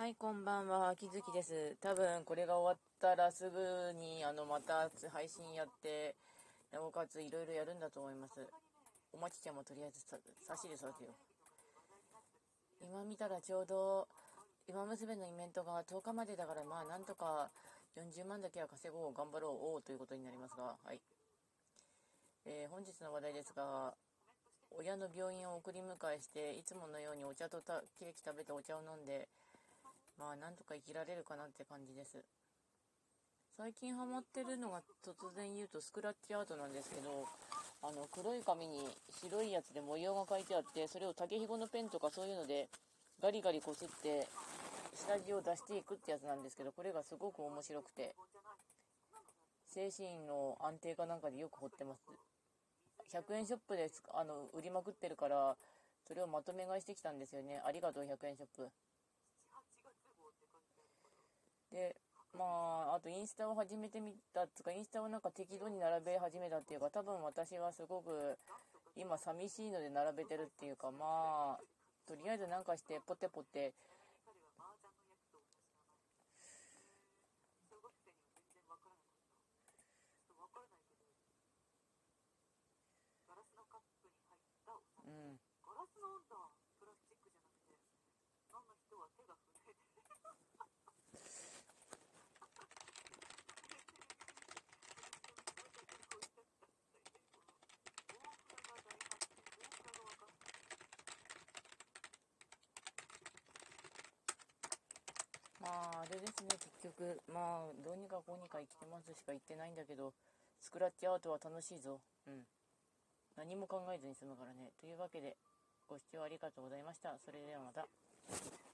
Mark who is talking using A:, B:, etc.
A: はい、こんばんは、秋月です。多分これが終わったらすぐにまた配信やって、なおかついろいろやるんだと思います。おまちちゃんもとりあえず差し入れさせよ。今見たらちょうど今娘のイベントが10日までだから、まあなんとか40万だけは稼ごう、頑張ろう、ということになりますが、はい。本日の話題ですが、親の病院を送り迎えして、いつものようにお茶とケーキ食べてお茶を飲んで、まあなんとか生きられるかなって感じです。最近ハマってるのが、突然言うとスクラッチアートなんですけど、黒い紙に白いやつで模様が書いてあって、それを竹ひごのペンとかそういうのでガリガリこすって下地を出していくってやつなんですけど、これがすごく面白くて、精神の安定かなんかでよく彫ってます。100円ショップで売りまくってるから、それをまとめ買いしてきたんですよね。ありがとう100円ショップで、まあ、あとインスタを始めてみたつか、インスタをなんか適度に並べ始めたっていうか、多分私はすごく今寂しいので並べてるっていうか、まあとりあえずなんかしてポテポテ。うん。まああれですね、結局まあどうにかこうにか生きてますしか言ってないんだけど、スクラッチアートは楽しいぞ。うん。何も考えずに済むからね。というわけで、ご視聴ありがとうございました。それではまた。